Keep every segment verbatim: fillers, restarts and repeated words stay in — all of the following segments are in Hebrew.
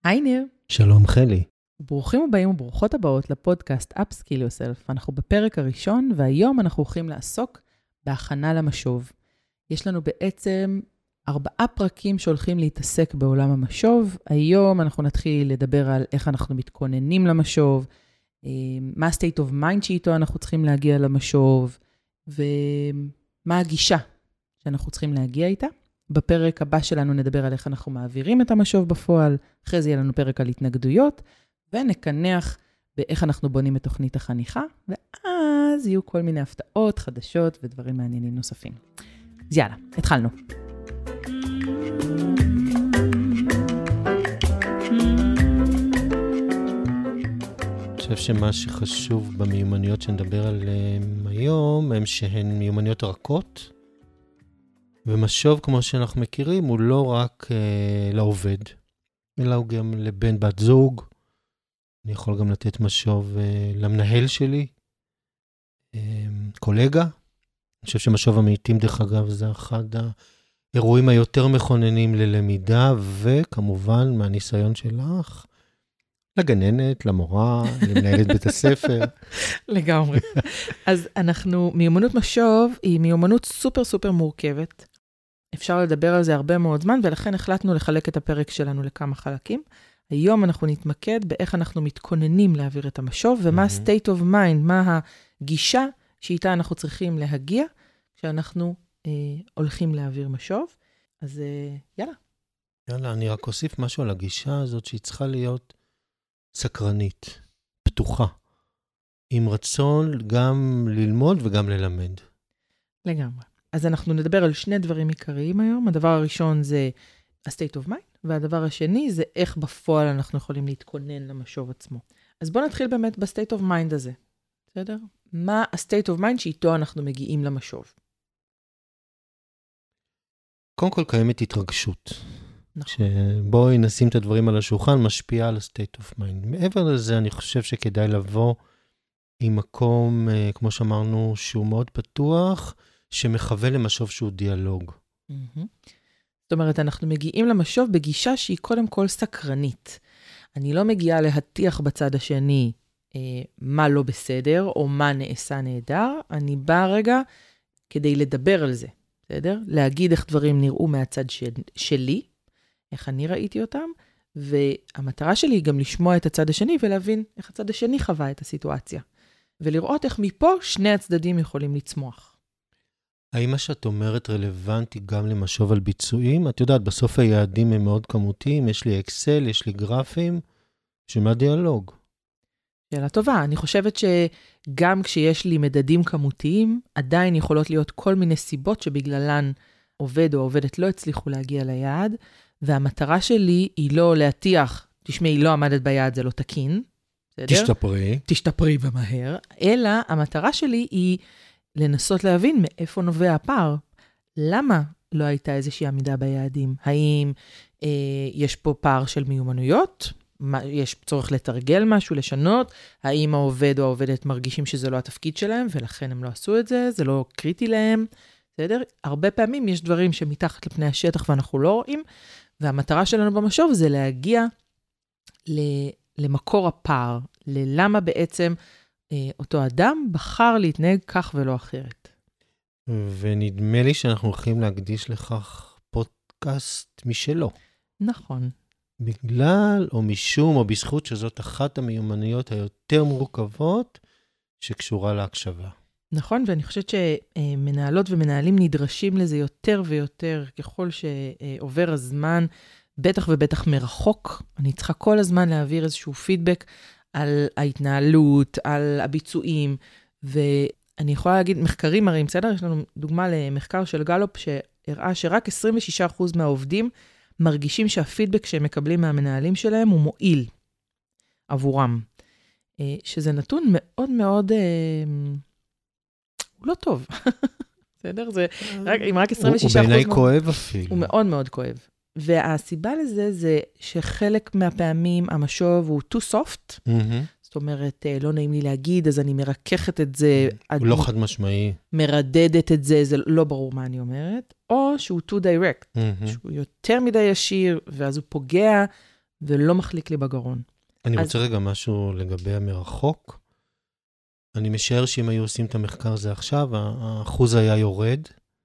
היי ניר. שלום חלי. ברוכים הבאים וברוכות הבאות לפודקאסט Upskill Yourself. אנחנו בפרק הראשון, והיום אנחנו הולכים לעסוק בהכנה למשוב. יש לנו בעצם ארבעה פרקים שהולכים להתעסק בעולם המשוב. היום אנחנו נתחיל לדבר על איך אנחנו מתכוננים למשוב, מה ה-state of mind שאיתו אנחנו צריכים להגיע למשוב, ומה הגישה שאנחנו צריכים להגיע איתה. בפרק הבא שלנו נדבר על איך אנחנו מעבירים את המשוב בפועל, אחרי זה יהיה לנו פרק על התנגדויות, ונקנח באיך אנחנו בונים את תוכנית החניכה, ואז יהיו כל מיני הפתעות, חדשות ודברים מעניינים נוספים. אז יאללה, התחלנו. אני חושב שמה שחשוב במיומנויות שנדבר עליהן היום, הם שהן מיומנויות רכות, ומשוב, כמו שאנחנו מכירים, הוא לא רק אה, לעובד, אלא הוא גם לבן בת זוג. אני יכול גם לתת משוב אה, למנהל שלי, אה, קולגה. אני חושב שמשוב המעיטים, דרך אגב, זה אחד האירועים היותר מכוננים ללמידה, וכמובן, מהניסיון שלך, לגננת, למורה, למנהלת בית הספר. לגמרי. אז אנחנו, מיומנות משוב היא מיומנות סופר סופר מורכבת. אפשר לדבר על זה הרבה מאוד זמן, ולכן החלטנו לחלק את הפרק שלנו לכמה חלקים. היום אנחנו נתמקד באיך אנחנו מתכוננים להעביר את המשוב, ומה ה-state of mind, מה הגישה שאיתה אנחנו צריכים להגיע, כשאנחנו אה, הולכים להעביר משוב. אז אה, יאללה. יאללה, אני רק אוסיף משהו על הגישה הזאת, שהיא צריכה להיות סקרנית, פתוחה, עם רצון גם ללמוד וגם ללמד. לגמרי. אז אנחנו נדבר על שני דברים עיקריים היום. הדבר הראשון זה ה-state of mind, והדבר השני זה איך בפועל אנחנו יכולים להתכונן למשוב עצמו. אז בואו נתחיל באמת ב-state of mind הזה. בסדר? מה ה-state of mind שאיתו אנחנו מגיעים למשוב? קודם כל קיימת התרגשות. נכון. שבואי נשים את הדברים על השולחן, משפיע על ה-state of mind. מעבר לזה, אני חושב שכדאי לבוא עם מקום, כמו שאמרנו, שהוא מאוד פתוח, שמכוון למשוב שהוא דיאלוג. זאת אומרת, אנחנו מגיעים למשוב בגישה שהיא קודם כל סקרנית. אני לא מגיעה להטיח בצד השני אה, מה לא בסדר, או מה נעשה נהדר. אני באה רגע כדי לדבר על זה, בסדר? להגיד איך דברים נראו מהצד של, שלי, איך אני ראיתי אותם, והמטרה שלי היא גם לשמוע את הצד השני, ולהבין איך הצד השני חווה את הסיטואציה. ולראות איך מפה שני הצדדים יכולים לצמוח. האם מה שאת אומרת רלוונטי גם למשוב על ביצועים? את יודעת, בסוף היעדים הם מאוד כמותיים, יש לי אקסל, יש לי גרפים, שמה דיאלוג? שאלה טובה, אני חושבת שגם כשיש לי מדדים כמותיים, עדיין יכולות להיות כל מיני סיבות שבגללן עובד או עובדת לא הצליחו להגיע ליעד, והמטרה שלי היא לא להטיח, תשמעי, לא עמדת ביעד, זה לא תקין, בסדר? תשתפרי. תשתפרי ומהר, אלא המטרה שלי היא לנסות להבין מאיפה נובע הפער. למה לא הייתה איזושהי עמידה ביעדים? האם אה, יש פה פער של מיומנויות? מה, יש צורך לתרגל משהו, לשנות? האם העובד או העובדת מרגישים שזה לא התפקיד שלהם, ולכן הם לא עשו את זה? זה לא קריטי להם? בסדר? הרבה פעמים יש דברים שמתחת לפני השטח ואנחנו לא רואים, והמטרה שלנו במשוב זה להגיע למקור הפער, ללמה בעצם אותו אדם בחר להתנהג כך ולא אחרת. ונדמה לי שאנחנו הולכים להקדיש לכך פודקאסט משלו. נכון. בגלל או משום או בזכות שזאת אחת המיומנויות היותר מורכבות שקשורה להקשבה. נכון, ואני חושבת שמנהלות ומנהלים נדרשים לזה יותר ויותר ככל שעובר הזמן, בטח ובטח מרחוק. אני צריכה כל הזמן להעביר איזשהו פידבק על ההתנהלות, על הביצועים, ואני יכולה להגיד, מחקרים מראים, בסדר? יש לנו דוגמה למחקר של גלופ, שהראה שרק עשרים ושישה אחוז מהעובדים מרגישים שהפידבק שהם מקבלים מהמנהלים שלהם הוא מועיל עבורם. שזה נתון מאוד מאוד, הוא לא טוב. בסדר? זה, רק, אם רק עשרים ושישה אחוז... הוא בעיניי כואב אפילו. הוא מאוד מאוד כואב. והסיבה לזה זה שחלק מהפעמים המשוב הוא too soft, זאת אומרת, לא נעים לי להגיד, אז אני מרככת את זה. הוא לא חד משמעי. מרדדת את זה, זה לא ברור מה אני אומרת. או שהוא too direct, שהוא יותר מדי ישיר, ואז הוא פוגע ולא מחליק לי בגרון. אני אז... רוצה רגע משהו לגבי המרחוק. אני משער שאם היו עושים את המחקר הזה עכשיו, האחוז היה יורד,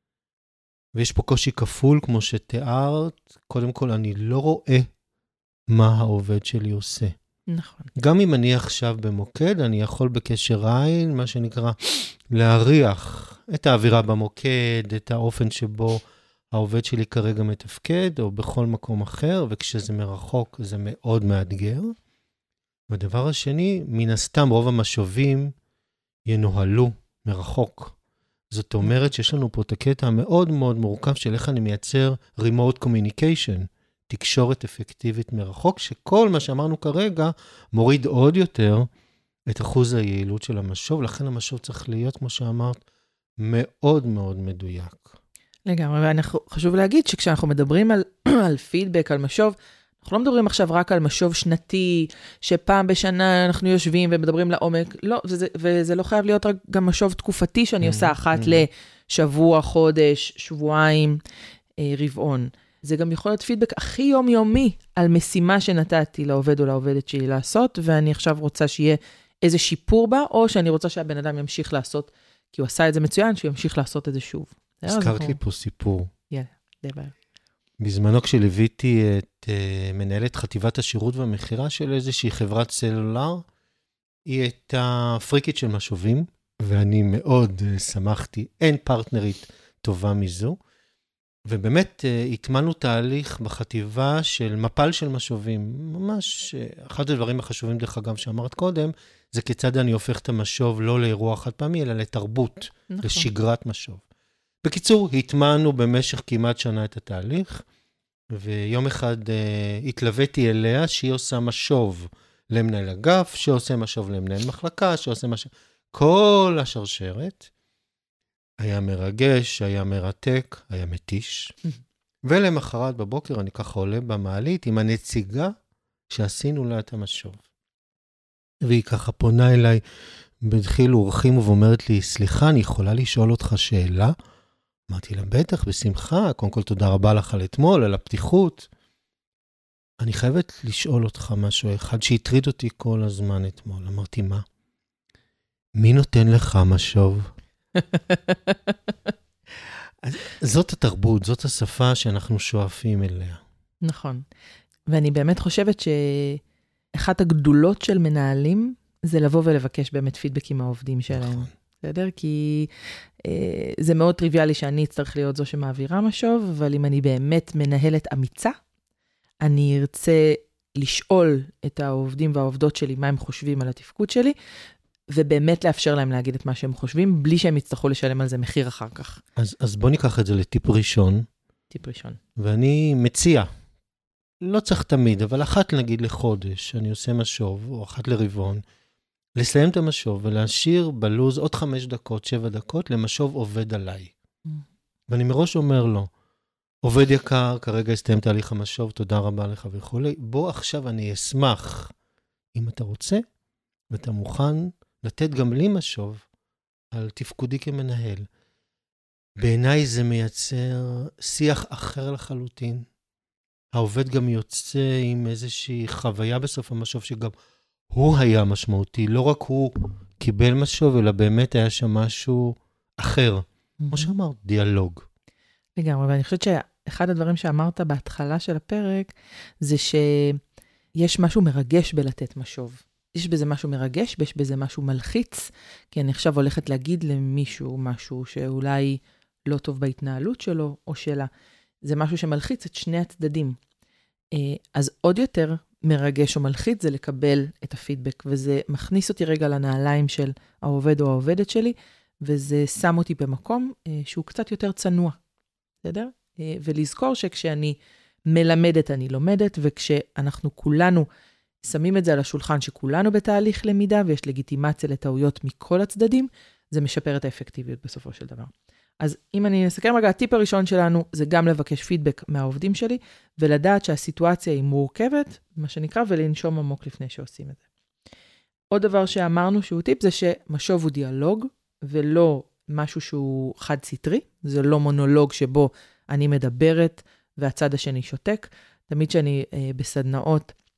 ויש פה קושי כפול, כמו שתיארת. קודם כל, אני לא רואה מה העובד שלי עושה. נכון. גם אם אני עכשיו במוקד, אני יכול בקשר עין, מה שנקרא, להריח את האווירה במוקד, את האופן שבו העובד שלי כרגע מתפקד, או בכל מקום אחר, וכשזה מרחוק זה מאוד מאתגר. והדבר השני, מן הסתם רוב המשובים ינוהלו מרחוק. זאת אומרת שיש לנו פה את הקטע המאוד מאוד מורכב של איך אני מייצר remote communication, תקשורת אפקטיבית מרחוק, שכל מה שאמרנו כרגע מוריד עוד יותר את אחוז היעילות של המשוב, לכן המשוב צריך להיות, כמו שאמרת, מאוד מאוד מדויק. לגמרי, וחשוב להגיד שכשאנחנו מדברים על, על פידבק, על משוב, אנחנו לא מדברים עכשיו רק על משוב שנתי, שפעם בשנה אנחנו יושבים ומדברים לעומק, לא, וזה, וזה לא חייב להיות רק גם משוב תקופתי שאני עושה אחת לשבוע, חודש, שבועיים, רבעון. זה גם יכול להיות פידבק הכי יומיומי על משימה שנתתי לעובד או לעובדת שלי לעשות, ואני עכשיו רוצה שיהיה איזה שיפור בה, או שאני רוצה שהבן אדם ימשיך לעשות, כי הוא עשה את זה מצוין, שהוא ימשיך לעשות את זה שוב. הזכרת לי פה סיפור. יאללה, דבר. בזמנו כשלוויתי את uh, מנהלת חטיבת השירות והמחירה של איזושהי חברת סלולר, היא הייתה פריקית של משובים, ואני מאוד uh, שמחתי, אין פרטנרית טובה מזו, ובאמת uh, התמנו תהליך בחטיבה של מפל של משובים, ממש uh, אחד הדברים החשובים דרך אגב שאמרת קודם, זה כיצד אני הופך את המשוב לא לאירוע חד פעמי, אלא לתרבות, נכון. לשגרת משוב. בקיצור, התמנו במשך כמעט שנה את התהליך, ויום אחד uh, התלוויתי אליה שהיא עושה משוב למנהל אגף, שעושה משוב למנהל מחלקה, שעושה משוב... כל השרשרת היה מרגש, היה מרתק, היה מתיש. ולמחרת בבוקר אני ככה עולה במעלית עם הנציגה שעשינו לה את המשוב. והיא ככה פונה אליי בדחיל אורחים ואומרת לי, סליחה, אני יכולה לשאול אותך שאלה? אמרתי לה, בטח, בשמחה, קודם כל תודה רבה לך על אתמול, על הפתיחות. אני חייבת לשאול אותך משהו אחד שהטריד אותי כל הזמן אתמול. אמרתי, מה? מי נותן לך משוב? זאת התרבות, זאת השפה שאנחנו שואפים אליה. נכון. ואני באמת חושבת שאחת הגדולות של מנהלים, זה לבוא ולבקש באמת פידבק עם העובדים שלהם. נכון. בסדר? כי אה, זה מאוד טריוויאלי שאני צריך להיות זו שמעבירה משוב, אבל אם אני באמת מנהלת אמיצה, אני ארצה לשאול את העובדים והעובדות שלי מה הם חושבים על התפקוד שלי, ובאמת לאפשר להם להגיד את מה שהם חושבים, בלי שהם יצטרכו לשלם על זה מחיר אחר כך. אז, אז בוא ניקח את זה לטיפ ראשון. טיפ ראשון. ואני מציע, לא צריך תמיד, אבל אחת נגיד לחודש, אני עושה משוב, או אחת לרבעון, לסיים את המשוב ולהשאיר בלוז עוד חמש דקות, שבע דקות, למשוב עובד עליי. Mm. ואני מראש אומר לו, עובד יקר, כרגע הסתיים תהליך המשוב, תודה רבה לך וכו'. בוא עכשיו אני אשמח, אם אתה רוצה, ואתה מוכן לתת גם לי משוב על תפקודי כמנהל. בעיניי זה מייצר שיח אחר לחלוטין. העובד גם יוצא עם איזושהי חוויה בסוף המשוב שגם הוא היה משמעותי, לא רק הוא קיבל משוב, אלא באמת היה שם משהו אחר. Mm-hmm. כמו שאמרת, דיאלוג. לגמרי, ואני חושבת שאחד הדברים שאמרת בהתחלה של הפרק, זה שיש משהו מרגש בלתת משוב. יש בזה משהו מרגש, יש בזה משהו מלחיץ, כי אני עכשיו הולכת להגיד למישהו משהו שאולי לא טוב בהתנהלות שלו או שלה. זה משהו שמלחיץ את שני הצדדים. אז עוד יותר מרגש או מלחיץ זה לקבל את הפידבק, וזה מכניס אותי רגע לנעליים של העובד או העובדת שלי, וזה שם אותי במקום שהוא קצת יותר צנוע, בסדר? ולזכור שכשאני מלמדת אני לומדת, וכשאנחנו כולנו שמים את זה על השולחן שכולנו בתהליך למידה, ויש לגיטימציה לטעויות מכל הצדדים, זה משפר את האפקטיביות בסופו של דבר. אז אם אני אסכם רגע, הטיפ הראשון שלנו זה גם לבקש פידבק מהעובדים שלי, ולדעת שהסיטואציה היא מורכבת, מה שנקרא, ולנשום עמוק לפני שעושים את זה. עוד דבר שאמרנו שהוא טיפ, זה שמשוב הוא דיאלוג, ולא משהו שהוא חד סטרי, זה לא מונולוג שבו אני מדברת, והצד השני שותק. תמיד שאני אה, בסדנאות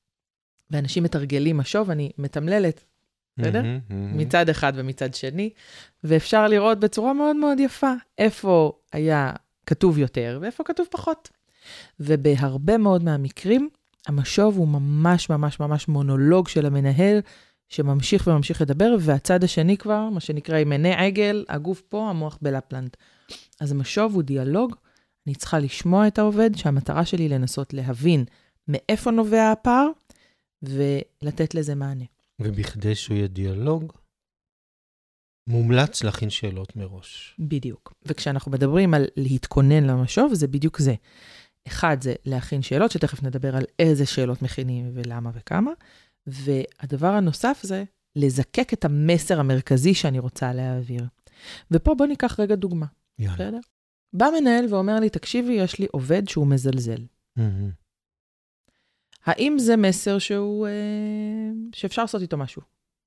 ואנשים מתרגלים משוב, אני מתמללת, בסדר? מצד אחד ומצד שני, ואפשר לראות בצורה מאוד מאוד יפה, איפה היה כתוב יותר, ואיפה כתוב פחות. ובהרבה מאוד מהמקרים, המשוב הוא ממש ממש ממש מונולוג של המנהל, שממשיך וממשיך לדבר, והצד השני כבר, מה שנקרא עם עיני עגל, הגוף פה, המוח בלפלנד. אז המשוב הוא דיאלוג, אני צריכה לשמוע את העובד, שהמטרה שלי לנסות להבין מאיפה נובע הפער, ולתת לזה מענה. ובכדי שהוא יהיה דיאלוג, מומלץ להכין שאלות מראש. בדיוק. וכשאנחנו מדברים על להתכונן למשוב, זה בדיוק זה. אחד זה להכין שאלות, שתכף נדבר על איזה שאלות מכינים ולמה וכמה, והדבר הנוסף זה לזקק את המסר המרכזי שאני רוצה להעביר. ופה בוא ניקח רגע דוגמה. יאללה. בסדר? בא מנהל ואומר לי, תקשיבי, יש לי עובד שהוא מזלזל. Mm-hmm. האם זה מסר שהוא, אה, שאפשר לעשות איתו משהו?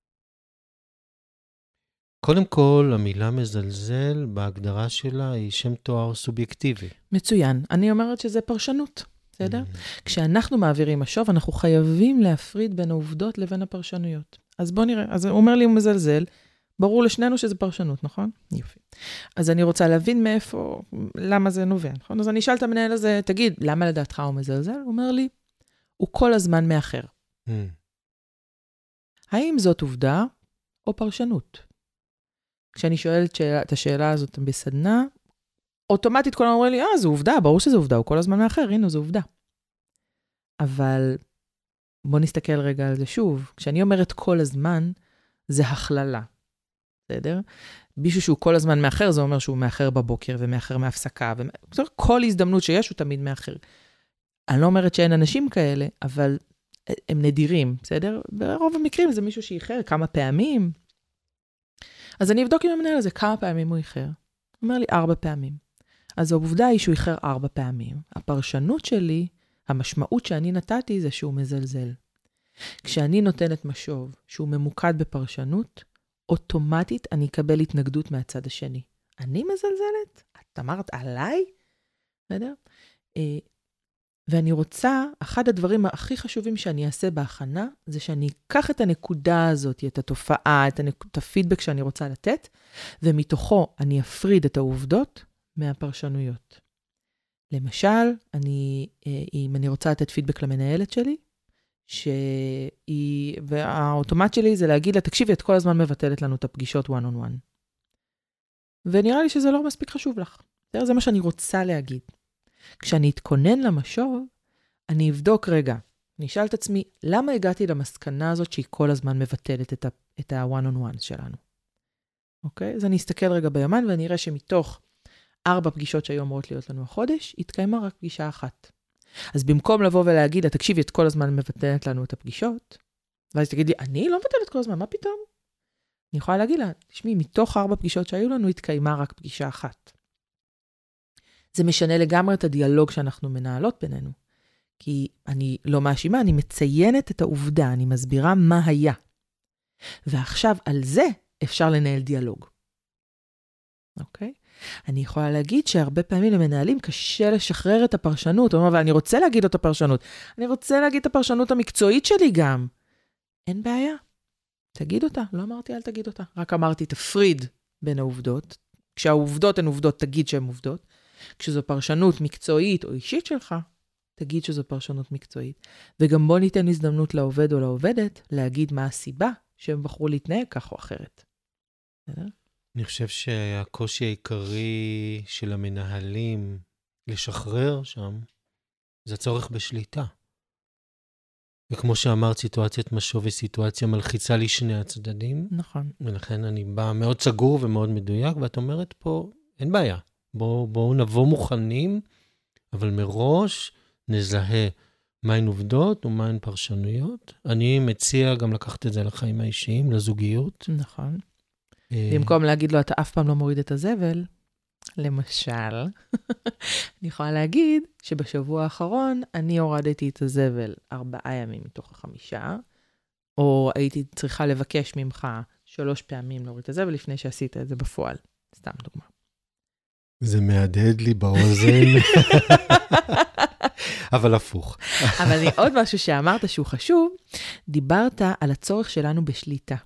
קודם כל, המילה מזלזל בהגדרה שלה היא שם תואר סובייקטיבי. מצוין. אני אומרת שזה פרשנות, בסדר? Mm-hmm. כשאנחנו מעבירים משוב, אנחנו חייבים להפריד בין העובדות לבין הפרשנויות. אז בוא נראה. אז הוא אומר לי, הוא מזלזל. ברור לשנינו שזה פרשנות, נכון? יופי. אז אני רוצה להבין מאיפה, למה זה נובע, נכון? אז אני אשאל את המנהל הזה, תגיד, למה לדעתך הוא מזלזל? הוא אומר לי, הוא כל הזמן מאחר. Mm. האם זאת עובדה או פרשנות? כשאני שואלת שאלה, את השאלה הזאת בסדנה, אוטומטית כולם אומרים לי, אה, זו עובדה, ברור שזו עובדה, הוא כל הזמן מאחר, הנה, זו עובדה. אבל בוא נסתכל רגע על זה שוב. כשאני אומרת כל הזמן, זה הכללה. בסדר? מישהו שהוא כל הזמן מאחר, זה אומר שהוא מאחר בבוקר ומאחר מהפסקה. ומא... כל הזדמנות שיש הוא תמיד מאחר. אני לא אומרת שאין אנשים כאלה, אבל הם נדירים, בסדר? ברוב המקרים זה מישהו שאיחר כמה פעמים. אז אני אבדוק עם המנהל הזה כמה פעמים הוא איחר. הוא אומר לי ארבע פעמים. אז העובדה היא שהוא איחר ארבע פעמים. הפרשנות שלי, המשמעות שאני נתתי זה שהוא מזלזל. כשאני נותנת משוב שהוא ממוקד בפרשנות, אוטומטית אני אקבל התנגדות מהצד השני. אני מזלזלת? את אמרת עליי? בסדר? ואני רוצה, אחד הדברים הכי חשובים שאני אעשה בהכנה, זה שאני אקח את הנקודה הזאת, את התופעה, את, הנק... את הפידבק שאני רוצה לתת, ומתוכו אני אפריד את העובדות מהפרשנויות. למשל, אני, אם אני רוצה לתת פידבק למנהלת שלי, שהיא, והאוטומט שלי זה להגיד לה, תקשיבי, את כל הזמן מבטלת לנו את הפגישות one on one. ונראה לי שזה לא מספיק חשוב לך. זה מה שאני רוצה להגיד. כשאני אתכונן למשוב, אני אבדוק רגע, אני אשאל את עצמי, למה הגעתי למסקנה הזאת שהיא כל הזמן מבטלת את ה, את ה-one on one שלנו? אוקיי? אז אני אסתכל רגע ביומן, ואני אראה שמתוך ארבע פגישות שהיו אמורות להיות לנו החודש, התקיימה רק פגישה אחת. אז במקום לבוא ולהגיד, תקשיבי, את כל הזמן מבטלת לנו את הפגישות, ואז תגיד לי, אני לא מבטלת כל הזמן, מה פתאום? אני יכולה להגיד לה, תשמעי, מתוך ארבע פגישות שהיו לנו, התקיימה רק פגישה אחת. זה משנה לגמרי את הדיאלוג שאנחנו מנהלות בינינו. כי אני לא מאשימה, אני מציינת את העובדה, אני מסבירה מה היה. ועכשיו על זה אפשר לנהל דיאלוג. אוקיי? אני יכולה להגיד שהרבה פעמים למנהלים קשה לשחרר את הפרשנות. הוא אומר, אבל אני רוצה להגיד את הפרשנות. אני רוצה להגיד את הפרשנות המקצועית שלי גם. אין בעיה. תגיד אותה. לא אמרתי, אל תגיד אותה. רק אמרתי, תפריד בין העובדות. כשהעובדות הן עובדות, תגיד שהן עובדות. כשזו פרשנות מקצועית או אישית שלך, תגיד שזו פרשנות מקצועית. וגם בוא ניתן הזדמנות לעובד או לעובדת להגיד מה הסיבה שהם בחרו להתנהג כך או אחרת. בסדר? אני חושב שהקושי העיקרי של המנהלים לשחרר שם, זה צורך בשליטה. וכמו שאמרת, סיטואציית משוב היא סיטואציה מלחיצה לשני הצדדים. נכון. ולכן אני בא מאוד סגור ומאוד מדויק, ואת אומרת פה, אין בעיה. בואו בוא נבוא מוכנים, אבל מראש נזהה מהן עובדות ומהן פרשנויות. אני מציע גם לקחת את זה לחיים האישיים, לזוגיות. נכון. במקום להגיד לו, אתה אף פעם לא מוריד את הזבל, למשל, אני יכולה להגיד שבשבוע האחרון אני הורדתי את הזבל ארבעה ימים מתוך החמישה, או הייתי צריכה לבקש ממך שלוש פעמים להוריד את הזבל לפני שעשית את זה בפועל. סתם דוגמה. זה מהדהד לי באוזן. אבל הפוך. אבל אני, עוד משהו שאמרת שהוא חשוב, דיברת על הצורך שלנו בשליטה.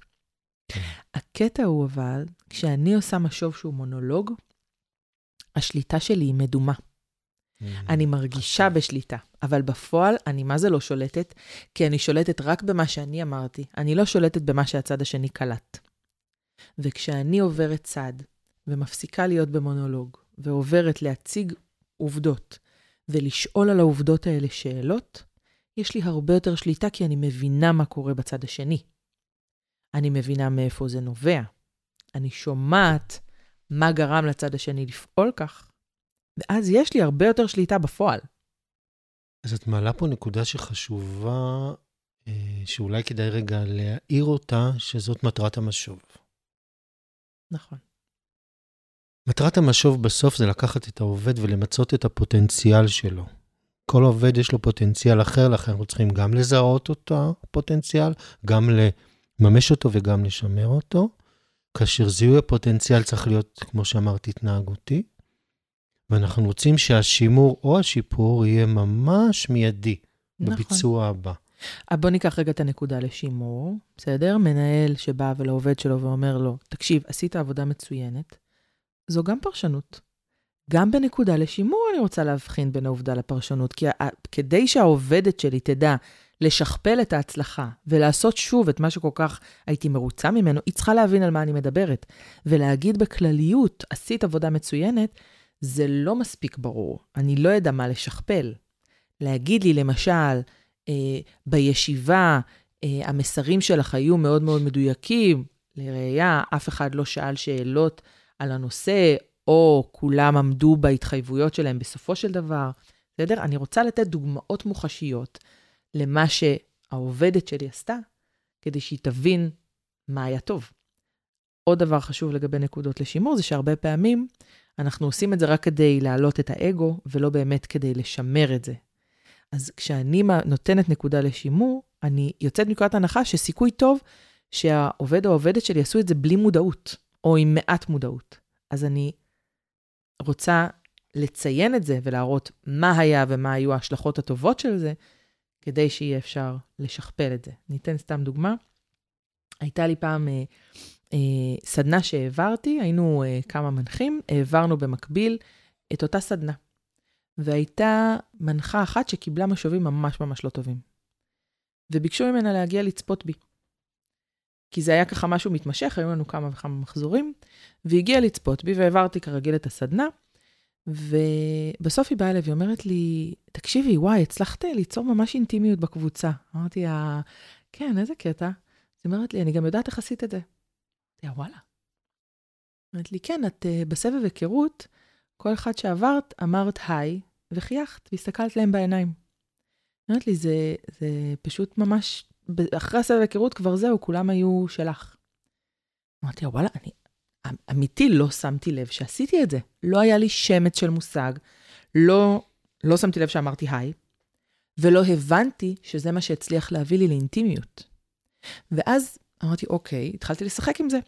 הקטע הוא אבל, כשאני עושה משוב שהוא מונולוג, השליטה שלי היא מדומה. אני מרגישה בשליטה, אבל בפועל אני מה זה לא שולטת, כי אני שולטת רק במה שאני אמרתי, אני לא שולטת במה שהצד השני קלט. וכשאני עוברת צד, ומפסיקה להיות במונולוג, ועוברת להציג עובדות, ולשאול על העובדות האלה שאלות, יש לי הרבה יותר שליטה, כי אני מבינה מה קורה בצד השני. אני מבינה מאיפה זה נובע. אני שומעת מה גרם לצד השני לפעול כך, ואז יש לי הרבה יותר שליטה בפועל. אז את מעלה פה נקודה שחשובה, שאולי כדאי רגע להעיר אותה, שזאת מטרת המשוב. נכון. מטרת המשוב בסוף זה לקחת את העובד ולמצות את הפוטנציאל שלו. כל עובד יש לו פוטנציאל אחר, לכן אנחנו צריכים גם לזהות אותו, פוטנציאל, גם לממש אותו וגם לשמר אותו. כאשר זיהוי הפוטנציאל צריך להיות, כמו שאמרתי, התנהגותי, ואנחנו רוצים שהשימור או השיפור יהיה ממש מיידי נכון. בביצוע הבא. בוא ניקח רגע את הנקודה לשימור, בסדר? מנהל שבא ולעובד שלו ואומר לו, תקשיב, עשית עבודה מצוינת, זו גם פרשנות. גם בנקודה לשימור אני רוצה להבחין בין העובדה לפרשנות, כי כדי שהעובדת שלי תדע לשכפל את ההצלחה ולעשות שוב את מה שכל כך הייתי מרוצה ממנו, היא צריכה להבין על מה אני מדברת. ולהגיד בכלליות, עשית עבודה מצוינת, זה לא מספיק ברור. אני לא יודע מה לשכפל. להגיד לי למשל, אה, בישיבה, אה, המסרים שלך היו מאוד מאוד מדויקים, לראייה, אף אחד לא שאל שאלות על הנושא, או כולם עמדו בהתחייבויות שלהם בסופו של דבר. בסדר? אני רוצה לתת דוגמאות מוחשיות למה שהעובדת שלי עשתה, כדי שהיא תבין מה היה טוב. עוד דבר חשוב לגבי נקודות לשימור, זה שהרבה פעמים אנחנו עושים את זה רק כדי להעלות את האגו, ולא באמת כדי לשמר את זה. אז כשאני נותנת נקודה לשימור, אני יוצאת נקודת הנחה שסיכוי טוב שהעובד או העובדת שלי יעשו את זה בלי מודעות, או עם מעט מודעות. אז אני רוצה לציין את זה ולהראות מה היה ומה היו ההשלכות הטובות של זה, כדי שיהיה אפשר לשכפל את זה. ניתן סתם דוגמה. הייתה לי פעם אה, אה, סדנה שהעברתי, היינו אה, כמה מנחים, העברנו במקביל את אותה סדנה. והייתה מנחה אחת שקיבלה משובים ממש ממש לא טובים. וביקשו ממנה להגיע לצפות בי. כי זה היה ככה משהו מתמשך, היו לנו כמה וכמה מחזורים, והגיעה לצפות בי, והעברתי כרגיל את הסדנה, ובסוף היא באה אליי והיא אומרת לי, תקשיבי, וואי, הצלחת ליצור ממש אינטימיות בקבוצה. אמרתי, כן, איזה קטע. היא אומרת לי, אני גם יודעת איך עשית את זה. אמרתי, וואלה. אמרת לי, כן, את בסבב היכרות, כל אחד שעברת, אמרת היי, וחייכת, והסתכלת להם בעיניים. אמרת לי, זה, זה פשוט ממש, אחרי הסבב היכרות כבר זהו, כולם היו שלך. אמרתי, וואלה, אני אמיתי לא שמתי לב שעשיתי את זה. לא היה לי שמץ של מושג, לא, לא שמתי לב שאמרתי היי, ולא הבנתי שזה מה שהצליח להביא לי לאינטימיות. ואז אמרתי, אוקיי, התחלתי לשחק עם זה.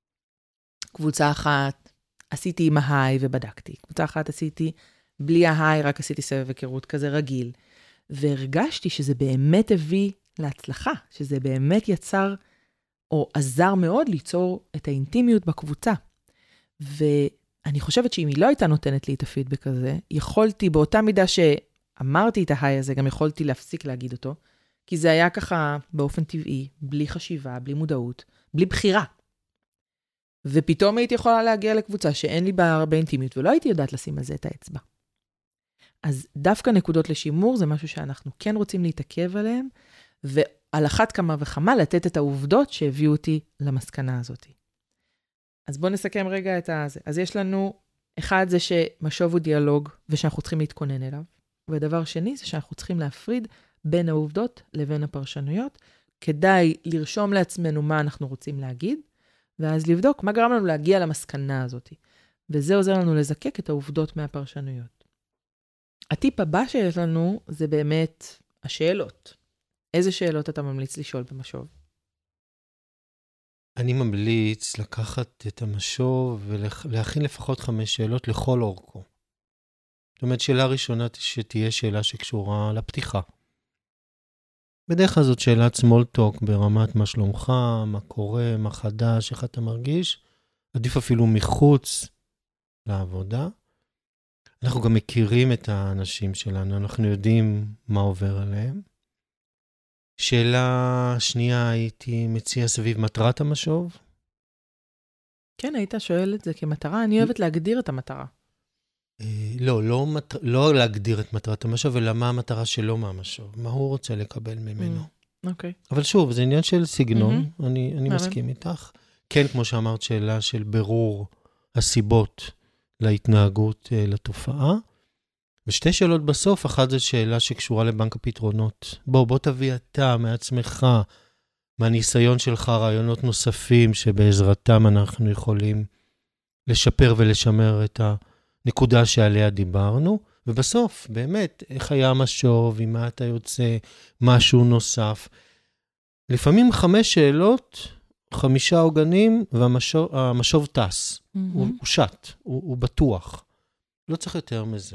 קבוצה אחת, עשיתי עם ההיי ובדקתי. קבוצה אחת עשיתי בלי ההיי, רק עשיתי סבב היכרות כזה רגיל. והרגשתי שזה באמת הביא להצלחה, שזה באמת יצר או עזר מאוד ליצור את האינטימיות בקבוצה. ואני חושבת שאם היא לא הייתה נותנת לי את הפידבק הזה, יכולתי באותה מידה שאמרתי את ההיי הזה, גם יכולתי להפסיק להגיד אותו, כי זה היה ככה באופן טבעי, בלי חשיבה, בלי מודעות, בלי בחירה. ופתאום הייתי יכולה להגיע לקבוצה שאין לי בה הרבה אינטימיות, ולא הייתי יודעת לשים על זה את האצבע. אז דווקא נקודות לשימור זה משהו שאנחנו כן רוצים להתעכב עליהם, ועל אחת כמה וכמה לתת את העובדות שהביאו אותי למסקנה הזאת. אז בואו נסכם רגע את הזה. אז יש לנו, אחד זה שמשוב הוא דיאלוג, ושאנחנו צריכים להתכונן אליו. ודבר שני זה שאנחנו צריכים להפריד בין העובדות לבין הפרשנויות, כדאי לרשום לעצמנו מה אנחנו רוצים להגיד, ואז לבדוק מה גרם לנו להגיע למסקנה הזאת. וזה עוזר לנו לזקק את העובדות מהפרשנויות. הטיפ הבא שיש לנו זה באמת השאלות. איזה שאלות אתה ממליץ לשאול במשוב? אני ממליץ לקחת את המשוב ולהכין לפחות חמש שאלות לכל אורכו. זאת אומרת, שאלה ראשונה שתהיה שאלה שקשורה לפתיחה. בדרך כלל זאת שאלת small talk ברמת מה שלומך, מה קורה, מה חדש, איך אתה מרגיש. עדיף אפילו מחוץ לעבודה. אנחנו גם מכירים את האנשים שלנו, אנחנו יודעים מה עובר עליהם. שאלה שנייה הייתי מציע סביב מטרת המשוב. כן, היית שואל את זה כמטרה, אני אוהבת להגדיר את המטרה. לא, לא, לא להגדיר את מטרת המשוב, אלא מה המטרה שלו מהמשוב, מה הוא רוצה לקבל ממנו. אוקיי. אבל שוב, זה עניין של סגנון, אני, אני מסכים איתך. כן, כמו שאמרת, שאלה של ברור הסיבות להתנהגות לתופעה. ושתי שאלות בסוף, אחת זו שאלה שקשורה לבנק הפתרונות. בוא, בוא תביא אתה מעצמך, מהניסיון שלך, רעיונות נוספים שבעזרתם אנחנו יכולים לשפר ולשמר את הנקודה שעליה דיברנו. ובסוף, באמת, איך היה המשוב, עם מה אתה יוצא, משהו נוסף. לפעמים חמש שאלות, חמישה עוגנים, והמשוב טס. Mm-hmm. הוא, הוא שט, הוא, הוא בטוח. לא צריך יותר מזה.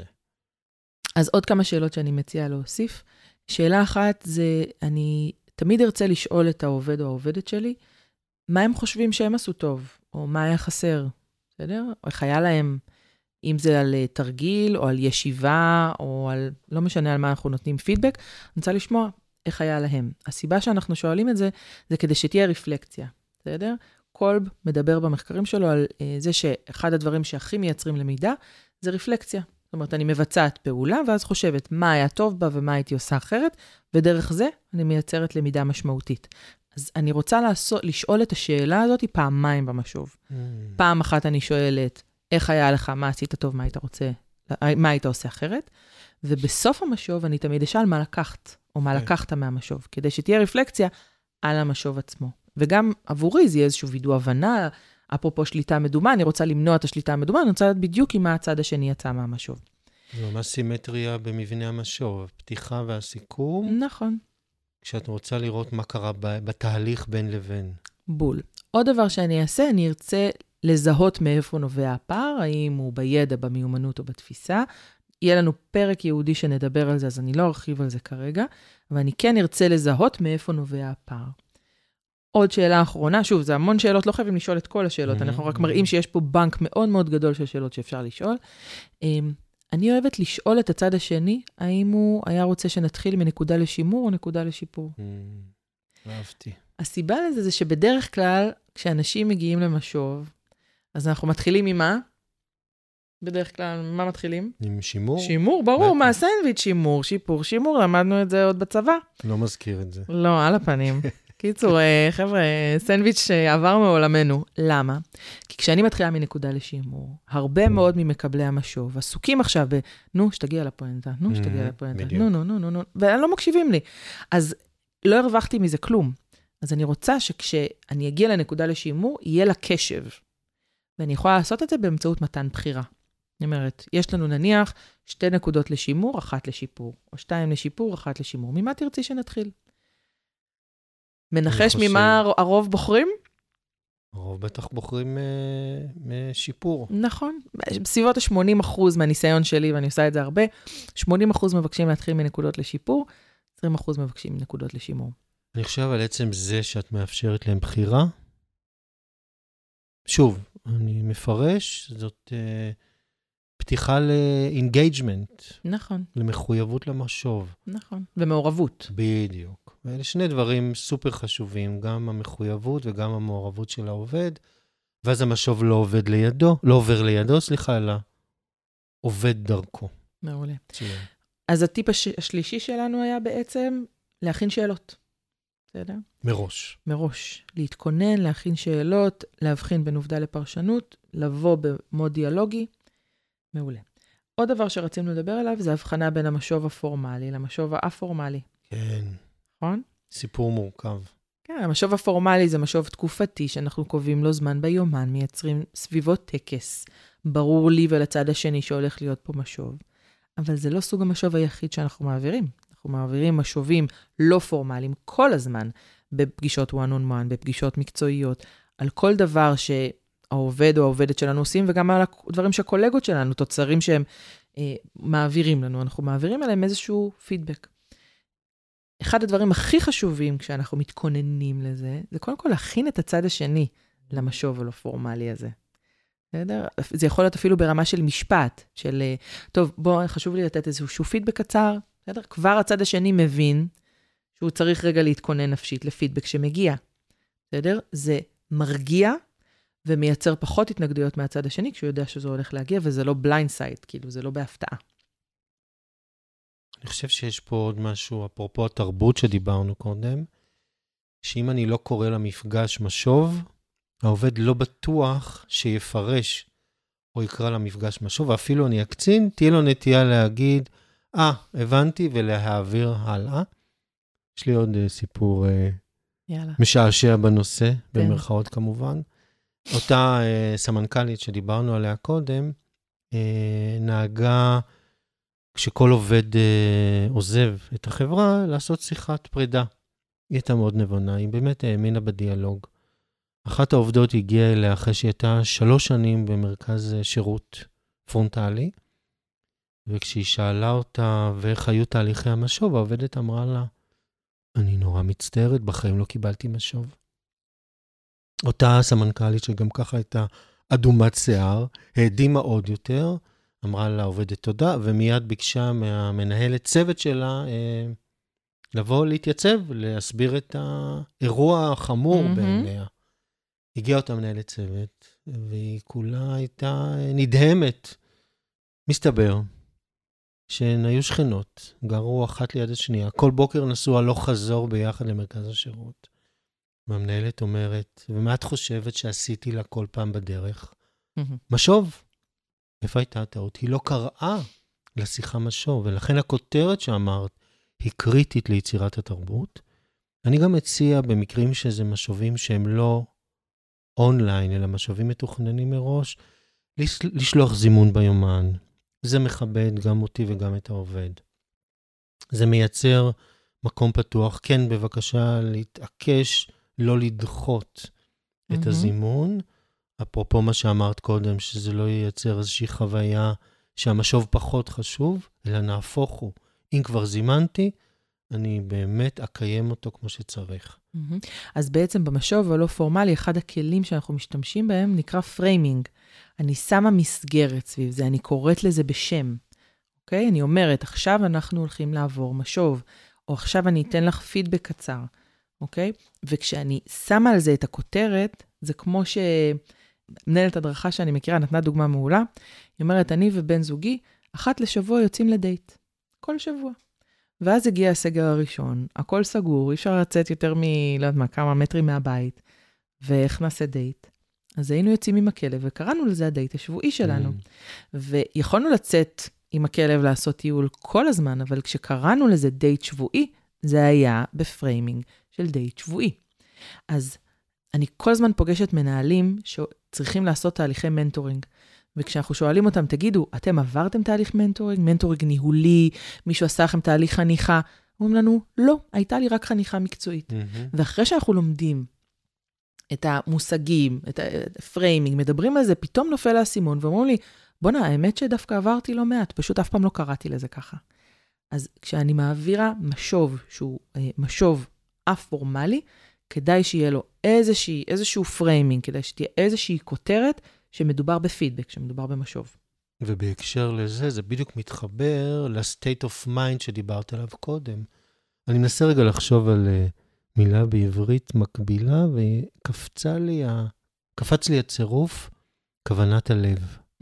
אז עוד כמה שאלות שאני מציעה להוסיף. שאלה אחת זה, אני תמיד ארצה לשאול את העובד או העובדת שלי, מה הם חושבים שהם עשו טוב, או מה היה חסר, בסדר? או איך היה להם, אם זה על תרגיל, או על ישיבה, או על, לא משנה על מה אנחנו נותנים פידבק, אני רוצה לשמוע איך היה להם. הסיבה שאנחנו שואלים את זה, זה כדי שתהיה רפלקציה, בסדר? קולב מדבר במחקרים שלו על זה שאחד הדברים שהכי מייצרים למידה, זה רפלקציה. זאת אומרת, אני מבצעת פעולה, ואז חושבת מה היה טוב בה ומה הייתי עושה אחרת, ודרך זה אני מייצרת למידה משמעותית. אז אני רוצה לעשות, לשאול את השאלה הזאת פעמיים במשוב. Mm. פעם אחת אני שואלת, איך היה לך, מה עשית טוב, מה היית רוצה, מה היית עושה אחרת, ובסוף המשוב אני תמיד אשאל מה לקחת, או מה okay. לקחת מהמשוב, כדי שתהיה רפלקציה על המשוב עצמו. וגם עבורי זה יהיה איזשהו וידוא הבנה, אפרופו שליטה מדומה, אני רוצה למנוע את השליטה המדומה, אני רוצה לדעת בדיוק עם מה הצד השני יצא מהמשוב. זו ממש סימטריה במבנה המשוב, פתיחה והסיכום. נכון. כשאת רוצה לראות מה קרה בתהליך בין לבין. בול. עוד דבר שאני אעשה, אני ארצה לזהות מאיפה נובע הפער, האם הוא בידע, במיומנות או בתפיסה. יהיה לנו פרק יהודי שנדבר על זה, אז אני לא ארחיב על זה כרגע, אבל אני כן ארצה לזהות מאיפה נובע הפער. עוד שאלה אחרונה, שוב, זה המון שאלות, לא חייבים לשאול את כל השאלות, אנחנו רק מראים שיש פה בנק מאוד מאוד גדול של שאלות שאפשר לשאול. אני אוהבת לשאול את הצד השני, האם הוא היה רוצה שנתחיל מנקודה לשימור או נקודה לשיפור. אהבתי. הסיבה לזה זה שבדרך כלל, כשאנשים מגיעים למשוב, אז אנחנו מתחילים ממה? בדרך כלל, מה מתחילים? עם שימור. שימור, ברור, מה סנדוויץ', שימור, שיפור, שימור, למדנו את זה עוד בצבא. לא מזכיר את זה. לא, על הפנים. קיצור, חבר'ה, סנדוויץ' שעבר מעולמנו. למה? כי כשאני מתחילה מנקודה לשימור, הרבה מאוד ממקבלי המשוב, עסוקים עכשיו ב, נו, שתגיע לפואנטה, נו, שתגיע לפואנטה, נו, נו, נו, נו, נו, והם לא מקשיבים לי. אז לא הרווחתי מזה כלום. אז אני רוצה שכשאני אגיע לנקודה לשימור, יהיה לה קשב. ואני יכולה לעשות את זה באמצעות מתן בחירה. אני אומרת, יש לנו נניח שתי נקודות לשימור, אחת לשיפור, או שתיים לשיפור, אחת לשימור. ממה תרצי שנתחיל? מנחש ממה הרוב בוחרים? הרוב בטח בוחרים משיפור. נכון. בסביבות ה-שמונים אחוז מהניסיון שלי, ואני עושה את זה הרבה, שמונים אחוז מבקשים להתחיל מנקודות לשיפור, עשרים אחוז מבקשים מנקודות לשימור. אני חושב על עצם זה שאת מאפשרת להם בחירה. שוב, אני מפרש, זאת פתיחה לאינגייג'מנט. נכון. למחויבות למשוב. נכון. ומעורבות. בדיוק. ואלה שני דברים סופר חשובים, גם המחויבות וגם המעורבות של העובד, ואז המשוב לא עובד לידו, לא עובר לידו, סליחה, אלא עובד דרכו. מעולה. אז הטיפ השלישי שלנו היה בעצם להכין שאלות. בסדר? מראש. מראש. להתכונן, להכין שאלות, להבחין בין עובדה לפרשנות, לבוא במוד דיאלוגי. מעולה. עוד דבר שרצינו לדבר עליו, זה הבחנה בין המשוב הפורמלי למשוב האפורמלי. כן. נכון? סיפור מורכב. כן, המשוב הפורמלי זה משוב תקופתי, שאנחנו קובעים לו זמן ביומן, מייצרים סביבות טקס. ברור לי ולצד השני שהולך להיות פה משוב. אבל זה לא סוג המשוב היחיד שאנחנו מעבירים. אנחנו מעבירים משובים לא פורמליים כל הזמן, בפגישות one on one, בפגישות מקצועיות, על כל דבר שהעובד או העובדת שלנו עושים, וגם על הדברים שהקולגות שלנו, תוצרים שהם אה, מעבירים לנו, אנחנו מעבירים עליהם איזשהו פידבק. אחד הדברים הכי חשובים כשאנחנו מתכוננים לזה, זה קודם כל להכין את הצד השני למשוב הלא פורמלי הזה. בסדר? זה יכול להיות אפילו ברמה של משפט, של, טוב, בוא, חשוב לי לתת איזשהו פידבק קצר, בסדר? כבר הצד השני מבין שהוא צריך רגע להתכונן נפשית לפידבק שמגיע. בסדר? זה מרגיע ומייצר פחות התנגדויות מהצד השני, כשהוא יודע שזה הולך להגיע, וזה לא בליינד סייד, כאילו, זה לא בהפתעה. אני חושב שיש פה עוד משהו, אפרופו התרבות שדיברנו קודם, שאם אני לא קורא למפגש משוב, העובד לא בטוח שיפרש או יקרא למפגש משוב, ואפילו אני אקצין, תהיה לו נטייה להגיד, אה, ah, הבנתי, ולהעביר הלאה. יש לי עוד uh, סיפור uh, משעשע בנושא, כן. במרכאות כמובן. אותה uh, סמנכ"לית שדיברנו עליה קודם, uh, נהגה, כשכל עובד uh, עוזב את החברה, לעשות שיחת פרידה. היא הייתה מאוד נבונה, היא באמת האמינה בדיאלוג. אחת העובדות הגיעה אליה אחרי שהיא הייתה שלוש שנים במרכז שירות פרונטלי, וכשהיא שאלה אותה ואיך היו תהליכי המשוב, העובדת אמרה לה, אני נורא מצטערת, בחיים לא קיבלתי משוב. אותה סמנכ"לית שגם ככה הייתה אדומת שיער, העדימה עוד יותר, אמרה לה עובדת תודה, ומיד ביקשה מהמנהלת צוות שלה אה, לבוא להתייצב, להסביר את האירוע החמור mm-hmm. בעיניה. הגיעה אותה מנהלת צוות, והיא כולה הייתה נדהמת. מסתבר שהן היו שכנות, גרו אחת ליד השנייה, כל בוקר נסעו הלוך חזור ביחד למרכז השירות. והמנהלת אומרת, ומה את חושבת שעשיתי לה כל פעם בדרך? משוב. איפה הייתה הטעות? היא לא קראה לשיחה משוב, ולכן הכותרת שאמרת היא קריטית ליצירת התרבות. אני גם מציע במקרים שזה משובים שהם לא אונליין, אלא משובים מתוכננים מראש, לשלוח זימון ביומן. זה מכבד גם אותי וגם את העובד. זה מייצר מקום פתוח. כן, בבקשה להתעקש, לא לדחות mm-hmm. את הזימון. אפרופו מה שאמרת קודם, שזה לא ייצר איזושהי חוויה שהמשוב פחות חשוב, אלא נהפוך הוא. אם כבר זימנתי, אני באמת אקיים אותו כמו שצריך. Mm-hmm. אז בעצם במשוב הלא פורמלי, אחד הכלים שאנחנו משתמשים בהם נקרא פריימינג. אני שמה מסגרת סביב זה, אני קוראת לזה בשם. אוקיי? אני אומרת, עכשיו אנחנו הולכים לעבור משוב, או עכשיו אני אתן לך פידבק קצר. אוקיי? וכשאני שמה על זה את הכותרת, זה כמו שמנהלת הדרכה שאני מכירה, נתנה דוגמה מעולה, היא אומרת, אני ובן זוגי, אחת לשבוע יוצאים לדייט. כל שבוע. ואז הגיע הסגר הראשון, הכל סגור, אי אפשר לצאת יותר מ... לא יודעת מה, כמה מטרים מהבית, ואיך נעשה דייט. אז היינו יוצאים עם הכלב, וקראנו לזה הדייט השבועי שלנו. Mm. ויכולנו לצאת עם הכלב לעשות טיול כל הזמן, אבל כשקראנו לזה דייט שבועי, זה היה בפריימינג של דייט שבועי. אז אני כל הזמן פוגשת מנהלים שצריכים לעשות תהליכי מנטורינג, וכשאנחנו שואלים אותם, תגידו, אתם עברתם תהליך מנטורינג? מנטורינג ניהולי? מישהו עשה לכם תהליך חניכה? אומרים לנו, לא, הייתה לי רק חניכה מקצועית. Mm-hmm. ואחרי שאנחנו לומדים את המושגים, את הפריימינג, מדברים על זה, פתאום נופל האסימון, ואומרים לי, בונה, האמת שדווקא עברתי לא מעט, פשוט אף פעם לא קראתי לזה ככה. אז כשאני מעבירה משוב, שהוא אה, משוב א-פורמלי, כדאי שיהיה לו איזושהי, איזשהו פריימינג, כדאי שתהיה איזושהי כותרת, שמדובר בפידבק, שמדובר במשוב. ובהקשר לזה, זה בדיוק מתחבר ל-state of mind שדיברת עליו קודם. אני מנסה רגע לחשוב על uh, מילה בעברית מקבילה, וקפצה לי, ה... קפץ לי הצירוף, כוונת הלב. Mm.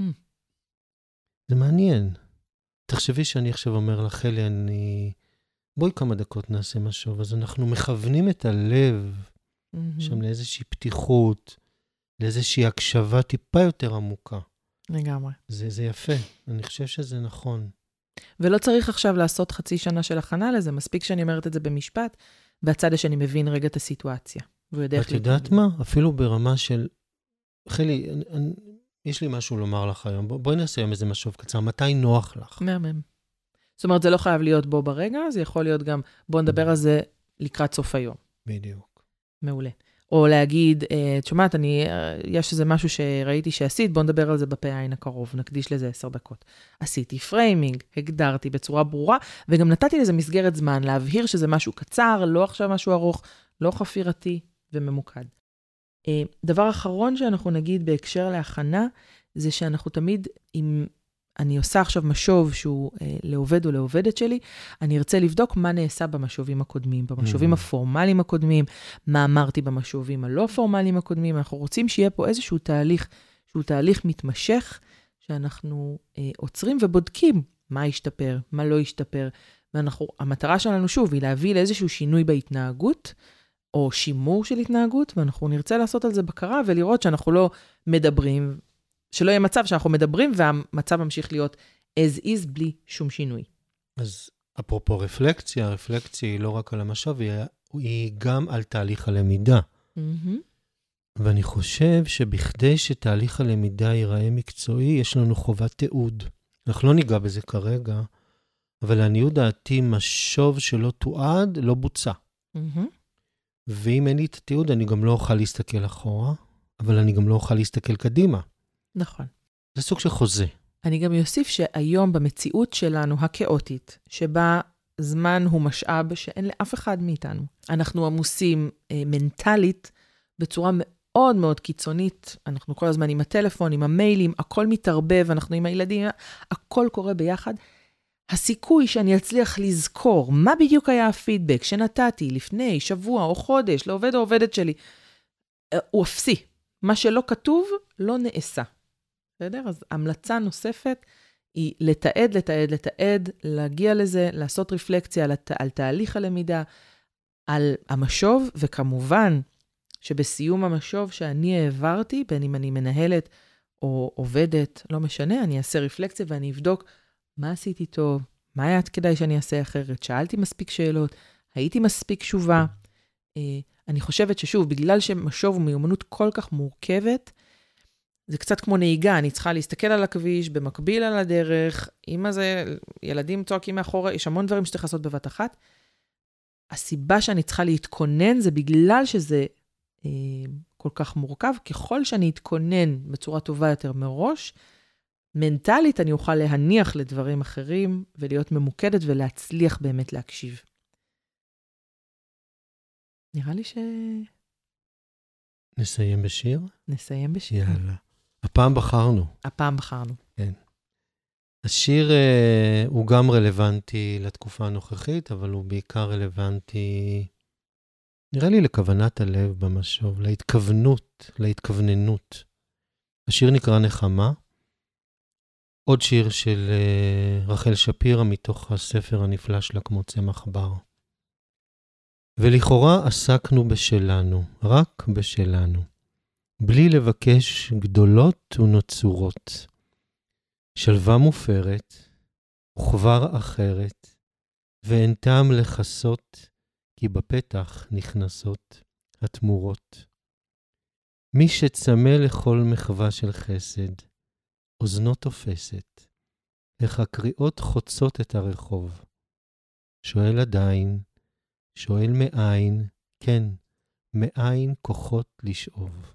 זה מעניין. תחשבי שאני עכשיו אומר לך, אלי, אני... בואי כמה דקות נעשה משוב, אז אנחנו מכוונים את הלב, mm-hmm. שם לאיזושהי פתיחות, לאיזושהי הקשבה טיפה יותר עמוקה. לגמרי. זה, זה יפה. אני חושב שזה נכון. ולא צריך עכשיו לעשות חצי שנה של הכנה לזה, מספיק שאני אומרת את זה במשפט, והצד השני מבין רגע את הסיטואציה. את יודעת מה? אפילו ברמה של... חלי, אני, אני, יש לי משהו לומר לך היום. בוא, בואי נעשה היום איזה משוב קצר. מתי נוח לך? מהמם. זאת אומרת, זה לא חייב להיות בו ברגע, זה יכול להיות גם, בוא נדבר על זה לקראת סוף היום. בדיוק. מעולה. או להגיד, את שומעת, אני, יש איזה משהו שראיתי שעשית, בוא נדבר על זה בפה העין הקרוב, נקדיש לזה עשר דקות. עשיתי פריימינג, הגדרתי בצורה ברורה, וגם נתתי לזה מסגרת זמן, להבהיר שזה משהו קצר, לא עכשיו משהו ארוך, לא חפירתי וממוקד. דבר אחרון שאנחנו נגיד בהקשר להכנה, זה שאנחנו תמיד, אם אני עושה עכשיו משוב שהוא אה, לעובד או לעובדת שלי, אני ארצה לבדוק מה נעשה במשובים הקודמים, במשובים mm-hmm. הפורמליים הקודמים, מה אמרתי במשובים הלא פורמליים הקודמים, אנחנו רוצים שיהיה פה איזשהו תהליך, שהוא תהליך מתמשך, שאנחנו אה, עוצרים ובודקים מה ישתפר, מה לא ישתפר, ואנחנו, המטרה שלנו שוב היא להביא לאיזשהו שינוי בהתנהגות, או שימור של התנהגות, ואנחנו נרצה לעשות על זה בקרה, ולראות שאנחנו לא מדברים, שלא יהיה מצב שאנחנו מדברים, והמצב ממשיך להיות as is בלי שום שינוי. אז אפרופו רפלקציה, הרפלקציה היא לא רק על המשוב, היא, היא גם על תהליך הלמידה. Mm-hmm. ואני חושב שבכדי שתהליך הלמידה ייראה מקצועי, יש לנו חובת תיעוד. אנחנו לא ניגע בזה כרגע, אבל לעניות דעתי, משוב שלא תועד, לא בוצע. Mm-hmm. ואם אין לי את התיעוד, אני גם לא אוכל להסתכל אחורה, אבל אני גם לא אוכל להסתכל קדימה. נכון. זה סוג של חוזה. אני גם יוסיף שהיום במציאות שלנו הכאוטית, שבה זמן הוא משאב שאין לאף אחד מאיתנו. אנחנו עמוסים אה, מנטלית בצורה מאוד מאוד קיצונית. אנחנו כל הזמן עם הטלפון, עם המיילים, הכל מתערבב, אנחנו עם הילדים, הכל קורה ביחד. הסיכוי שאני אצליח לזכור מה בדיוק היה הפידבק שנתתי לפני שבוע או חודש לעובד או עובדת שלי, הוא אפסי. מה שלא כתוב לא נעשה. בסדר? אז המלצה נוספת היא לתעד, לתעד, לתעד, להגיע לזה, לעשות רפלקציה על, הת... על תהליך הלמידה, על המשוב, וכמובן שבסיום המשוב שאני העברתי, בין אם אני מנהלת או עובדת, לא משנה, אני אעשה רפלקציה ואני אבדוק מה עשיתי טוב, מה היה כדאי שאני אעשה אחרת, שאלתי מספיק שאלות, הייתי מספיק שובה. אני חושבת ששוב, בגלל שמשוב ומיומנות כל כך מורכבת, זה קצת כמו נהיגה, אני צריכה להסתכל על הכביש, במקביל על הדרך, אמא זה, ילדים צועקים מאחורה, יש המון דברים שצריך לעשות בבת אחת. הסיבה שאני צריכה להתכונן זה בגלל שזה אה, כל כך מורכב, ככל שאני אתכונן בצורה טובה יותר מראש, מנטלית אני אוכל להניח לדברים אחרים, ולהיות ממוקדת ולהצליח באמת להקשיב. נראה לי ש... נסיים בשיר? נסיים בשיר. יאללה. הפעם בחרנו. הפעם בחרנו. כן. השיר אה, הוא גם רלוונטי לתקופה הנוכחית, אבל הוא בעיקר רלוונטי, נראה לי לכוונת הלב במשוב, להתכוונות, להתכווננות. השיר נקרא נחמה. עוד שיר של אה, רחל שפירא מתוך הספר הנפלא שלה כמו צמח בר. ולכאורה עסקנו בשלנו, רק בשלנו, בלי לבקש גדולות ונצורות. שלווה מופרת, וכבר אחרת, ואין טעם לחסות, כי בפתח נכנסות התמורות. מי שצמא לכל מחווה של חסד, אוזנו תופסת, איך הקריאות חוצות את הרחוב. שואל עדיין, שואל מאין, כן, מאין כוחות לשאוב.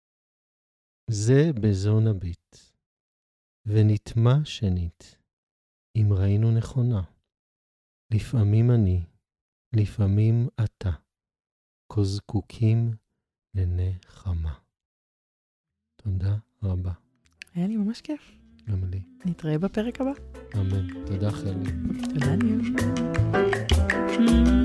זה בזון הביט, ונטמע שנית, אם ראינו נכונה. לפעמים אני, לפעמים אתה, כה זקוקים לנחמה. תודה רבה. היה לי ממש כיף. גם לי. נתראה בפרק הבא. אמן. תודה חלי. תודה ניר.